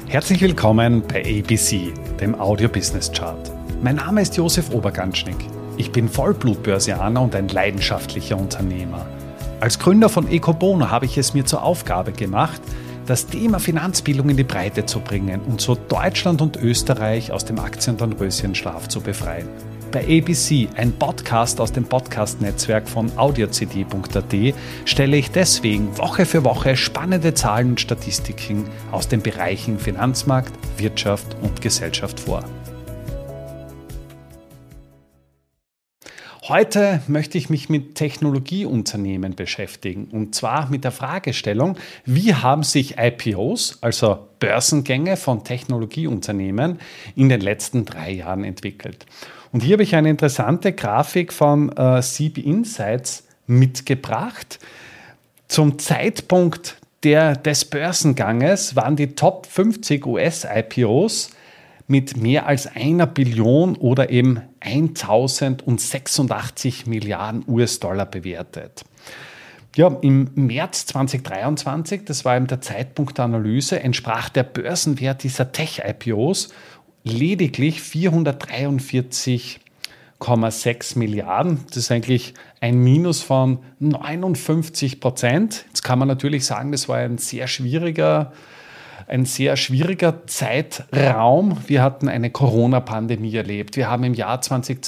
Herzlich willkommen bei ABC, dem Audio Business Chart. Mein Name ist Josef Oberganschnick. Ich bin Vollblut-Börsianer und ein leidenschaftlicher Unternehmer. Als Gründer von Ecobono habe ich es mir zur Aufgabe gemacht, das Thema Finanzbildung in die Breite zu bringen und so Deutschland und Österreich aus dem Aktiendornröschenschlaf zu befreien. Bei ABC, ein Podcast aus dem Podcast-Netzwerk von audiocd.at, stelle ich deswegen Woche für Woche spannende Zahlen und Statistiken aus den Bereichen Finanzmarkt, Wirtschaft und Gesellschaft vor. Heute möchte ich mich mit Technologieunternehmen beschäftigen und zwar mit der Fragestellung, wie haben sich IPOs, also Börsengänge von Technologieunternehmen, in den letzten 3 Jahren entwickelt. Und hier habe ich eine interessante Grafik von CB Insights mitgebracht. Zum Zeitpunkt des Börsenganges waren die Top 50 US-IPOs mit mehr als 1 Billion oder eben 1086 Milliarden US-Dollar bewertet. Ja, im März 2023, das war eben der Zeitpunkt der Analyse, entsprach der Börsenwert dieser Tech-IPOs lediglich 443,6 Milliarden. Das ist eigentlich ein Minus von 59%. Jetzt kann man natürlich sagen, das war ein sehr schwieriger Zeitraum. Wir hatten eine Corona-Pandemie erlebt. Wir haben im Jahr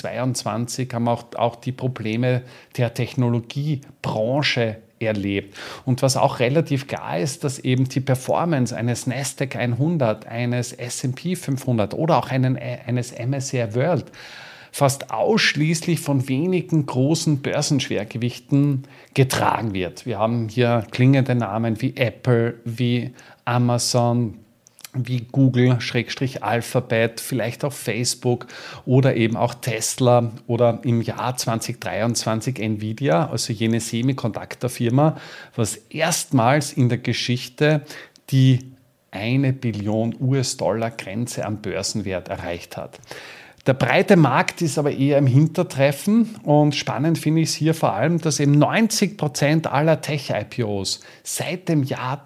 2022 auch die Probleme der Technologiebranche erlebt. Und was auch relativ klar ist, dass eben die Performance eines Nasdaq 100, eines S&P 500 oder auch eines MSCI World fast ausschließlich von wenigen großen Börsenschwergewichten getragen wird. Wir haben hier klingende Namen wie Apple, wie Amazon, wie Google, Alphabet, vielleicht auch Facebook oder eben auch Tesla oder im Jahr 2023 Nvidia, also jene Semiconductor-Firma, was erstmals in der Geschichte die 1 Billion US-Dollar Grenze am Börsenwert erreicht hat. Der breite Markt ist aber eher im Hintertreffen und spannend finde ich es hier vor allem, dass eben 90% aller Tech-IPOs seit dem Jahr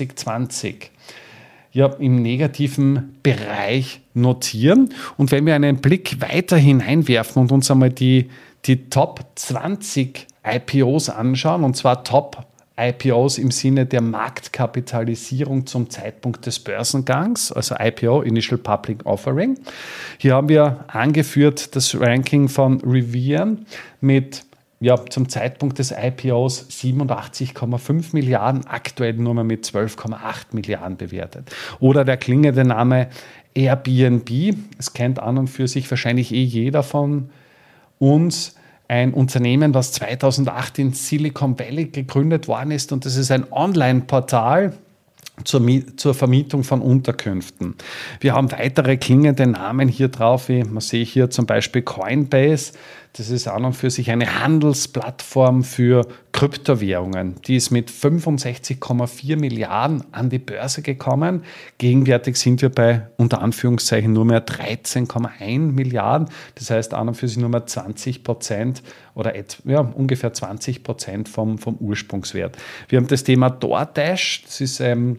2020 im negativen Bereich notieren. Und wenn wir einen Blick weiter hineinwerfen und uns einmal die Top 20 IPOs anschauen, und zwar Top IPOs im Sinne der Marktkapitalisierung zum Zeitpunkt des Börsengangs, also IPO, Initial Public Offering. Hier haben wir angeführt das Ranking von Rivian mit zum Zeitpunkt des IPOs 87,5 Milliarden, aktuell nur mal mit 12,8 Milliarden bewertet. Oder der klingende Name Airbnb, es kennt an und für sich wahrscheinlich jeder von uns, ein Unternehmen, was 2008 in Silicon Valley gegründet worden ist und das ist ein Online-Portal zur Vermietung von Unterkünften. Wir haben weitere klingende Namen hier drauf, wie man sieht hier zum Beispiel Coinbase. Das ist an und für sich eine Handelsplattform für Kryptowährungen. Die ist mit 65,4 Milliarden an die Börse gekommen. Gegenwärtig sind wir bei unter Anführungszeichen nur mehr 13,1 Milliarden. Das heißt an und für sich nur mehr 20% oder ungefähr 20% vom Ursprungswert. Wir haben das Thema DoorDash. Das ist ein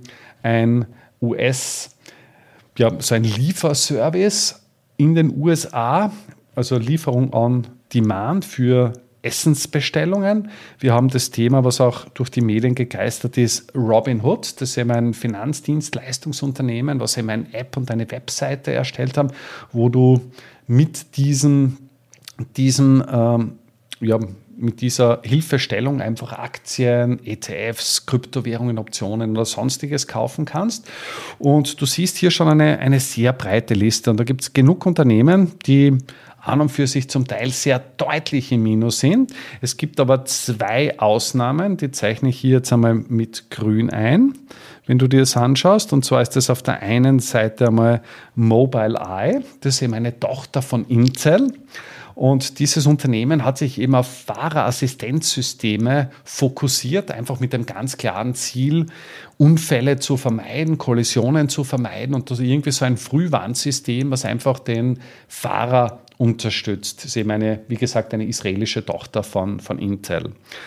so ein Lieferservice in den USA, also Lieferung on Demand für Essensbestellungen. Wir haben das Thema, was auch durch die Medien gegeistert ist, Robinhood. Das ist eben ein Finanzdienstleistungsunternehmen, was eben eine App und eine Webseite erstellt haben, wo du mit mit dieser Hilfestellung einfach Aktien, ETFs, Kryptowährungen, Optionen oder Sonstiges kaufen kannst. Und du siehst hier schon eine sehr breite Liste. Und da gibt es genug Unternehmen, die an und für sich zum Teil sehr deutlich im Minus sind. Es gibt aber 2 Ausnahmen, die zeichne ich hier jetzt einmal mit grün ein, wenn du dir das anschaust. Und zwar ist das auf der einen Seite einmal Mobileye, das ist eben eine Tochter von Intel. Und dieses Unternehmen hat sich eben auf Fahrerassistenzsysteme fokussiert, einfach mit dem ganz klaren Ziel, Unfälle zu vermeiden, Kollisionen zu vermeiden und das irgendwie so ein Frühwarnsystem, was einfach den Fahrer unterstützt. Das ist eben wie gesagt, eine israelische Tochter von Intel.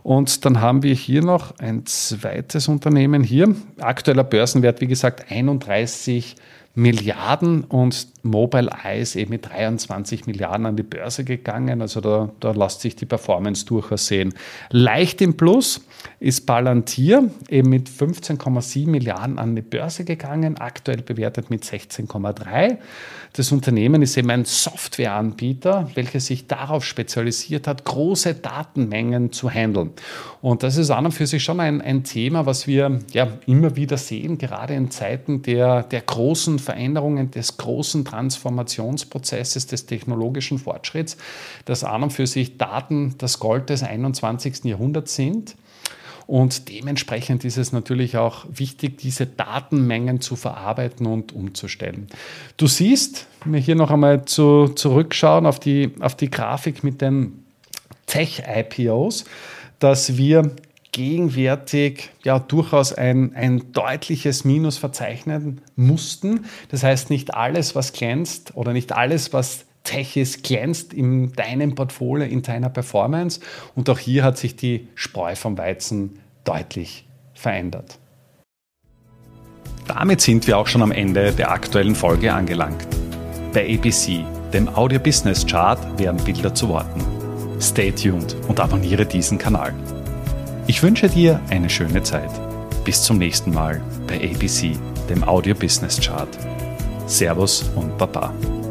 Und dann haben wir hier noch ein zweites Unternehmen hier. Aktueller Börsenwert, wie gesagt, 31 Milliarden und Mobileye ist eben mit 23 Milliarden an die Börse gegangen. Also da lässt sich die Performance durchaus sehen. Leicht im Plus ist Palantir eben mit 15,7 Milliarden an die Börse gegangen, aktuell bewertet mit 16,3. Das Unternehmen ist eben ein Softwareanbieter, welcher sich darauf spezialisiert hat, große Datenmengen zu handeln. Und das ist an und für sich schon ein Thema, was wir ja immer wieder sehen, gerade in Zeiten der großen Veränderungen, des großen Transformationsprozesses, des technologischen Fortschritts, dass an und für sich Daten das Gold des 21. Jahrhunderts sind. Und dementsprechend ist es natürlich auch wichtig, diese Datenmengen zu verarbeiten und umzustellen. Du siehst, wenn wir hier noch einmal zurückschauen auf die Grafik mit den Tech-IPOs, dass wir gegenwärtig ja durchaus ein deutliches Minus verzeichnen mussten. Das heißt, nicht alles, was glänzt oder nicht alles, was Tech ist, glänzt in deinem Portfolio, in deiner Performance. Und auch hier hat sich die Spreu vom Weizen deutlich verändert. Damit sind wir auch schon am Ende der aktuellen Folge angelangt. Bei ABC, dem Audio Business Chart, werden Bilder zu Worten. Stay tuned und abonniere diesen Kanal. Ich wünsche dir eine schöne Zeit. Bis zum nächsten Mal bei ABC, dem Audio Business Chart. Servus und Baba.